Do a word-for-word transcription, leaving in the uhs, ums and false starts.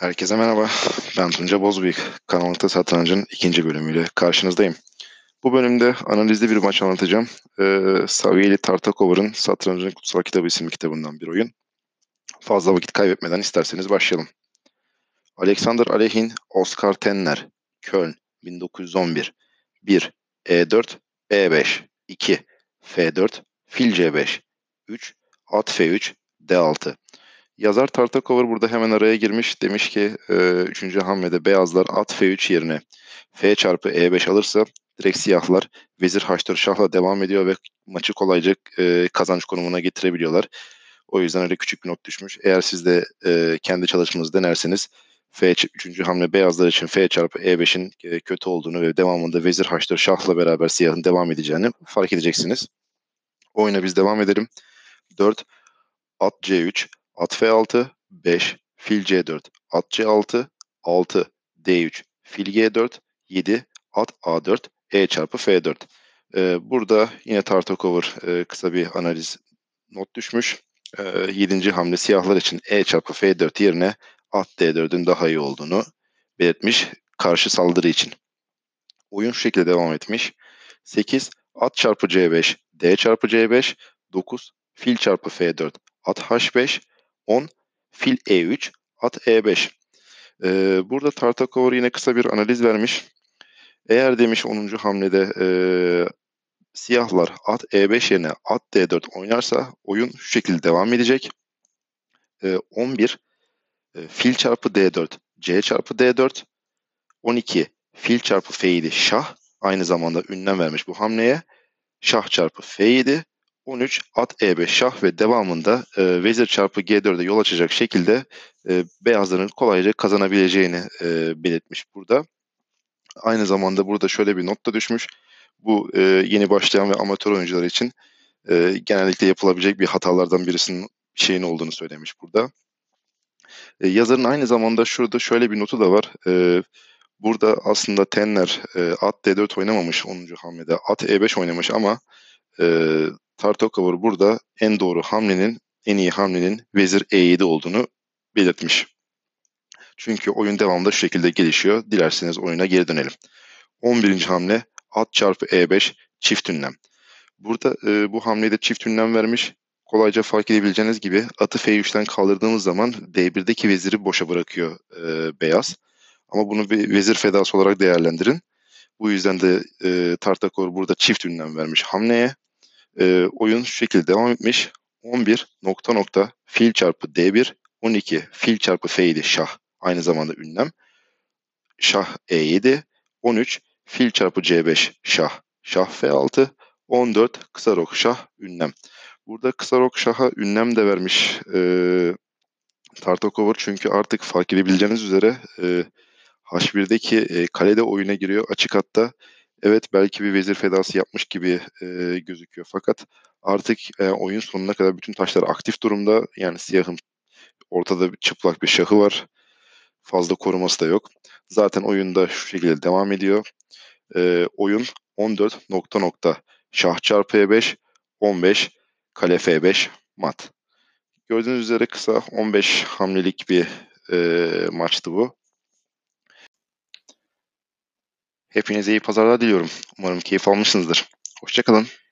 Herkese merhaba. Ben Tunca Bozbıyık. Karanlıkta Satrancı'nın ikinci bölümüyle karşınızdayım. Bu bölümde analizli bir maç anlatacağım. Ee, Saviyeli Tartakova'nın Satrancı'nın Kutsal Kitabı isimli kitabından bir oyun. Fazla vakit kaybetmeden isterseniz başlayalım. Alexander Alehin, Oskar Tenner, Köln, bin dokuz yüz on bir. bir. E dört, B beş. iki. F dört, Fil C beş. üç. At F üç, D altı. Yazar Tartakover burada hemen araya girmiş. Demiş ki üçüncü hamlede beyazlar at F üç yerine F çarpı E beş alırsa direkt siyahlar vezir H dört şahla devam ediyor ve maçı kolayca e, kazanç konumuna getirebiliyorlar. O yüzden öyle küçük bir not düşmüş. Eğer siz de e, kendi çalışmanızı denerseniz F üçüncü hamle beyazlar için F çarpı E beşin e, kötü olduğunu ve devamında vezir H dört şahla beraber siyahın devam edeceğini fark edeceksiniz. Oyuna biz devam edelim. dört. At C üç, at F altı, beş, fil C dört, at C altı, altı, D üç, fil G dört, yedi, at A dört, E çarpı F dört. Ee, burada yine Tartakover e, kısa bir analiz not düşmüş. Ee, yedinci hamle siyahlar için E çarpı F dört yerine at D dört'ün daha iyi olduğunu belirtmiş karşı saldırı için. Oyun şu şekilde devam etmiş. sekiz, at çarpı C beş, D çarpı C beş, dokuz, fil çarpı F dört, at H beş, on, fil E üç, at E beş. Ee, burada Tartakover yine kısa bir analiz vermiş. Eğer demiş onuncu hamlede e, siyahlar at E beş yerine at D dört oynarsa oyun şu şekilde devam edecek. E, on bir, e, fil çarpı D dört, C çarpı D dört, on iki, fil çarpı F yedi şah. Aynı zamanda ünlem vermiş bu hamleye. Şah çarpı F yedi, on üç, at E beş şah ve devamında e, vezir çarpı G dört'e yol açacak şekilde e, beyazların kolayca kazanabileceğini e, belirtmiş burada. Aynı zamanda burada şöyle bir not da düşmüş. Bu e, yeni başlayan ve amatör oyuncular için e, genellikle yapılabilecek bir hatalardan birisinin şeyin olduğunu söylemiş burada. E, yazarın aynı zamanda şurada şöyle bir notu da var. E, burada aslında Tenner e, at D dört oynamamış onuncu hamlede. At E beş oynamış ama e, Tartakover burada en doğru hamlenin, en iyi hamlenin vezir E yedi olduğunu belirtmiş. Çünkü oyun devamında şu şekilde gelişiyor. Dilerseniz oyuna geri dönelim. on birinci hamle at çarpı E beş çift ünlem. Burada e, bu hamleyi de çift ünlem vermiş. Kolayca fark edebileceğiniz gibi atı F üç'ten kaldırdığımız zaman D bir'deki veziri boşa bırakıyor e, beyaz. Ama bunu bir vezir fedası olarak değerlendirin. Bu yüzden de e, Tartakover burada çift ünlem vermiş hamleye. E, oyun şu şekilde devam etmiş. on bir nokta nokta fil çarpı D bir, on iki fil çarpı F yedi şah. Aynı zamanda ünlem. Şah E yedi, on üç fil çarpı C beş şah. Şah F altı, on dört kısa rok şah ünlem. Burada kısa rok şaha ünlem de vermiş e, Tartakover çünkü artık fark edebileceğiniz üzere e, H bir'deki e, kalede oyuna giriyor açık hatta. Evet belki bir vezir fedası yapmış gibi e, gözüküyor fakat artık e, oyun sonuna kadar bütün taşlar aktif durumda. Yani siyahın ortada bir çıplak bir şahı var. Fazla koruması da yok. Zaten oyunda şu şekilde devam ediyor. E, oyun on dört nokta nokta şah çarpı E beş, on beş kale F beş mat. Gördüğünüz üzere kısa on beş hamlelik bir e, maçtı bu. Hepinize iyi pazarlar diliyorum. Umarım keyif almışsınızdır. Hoşça kalın.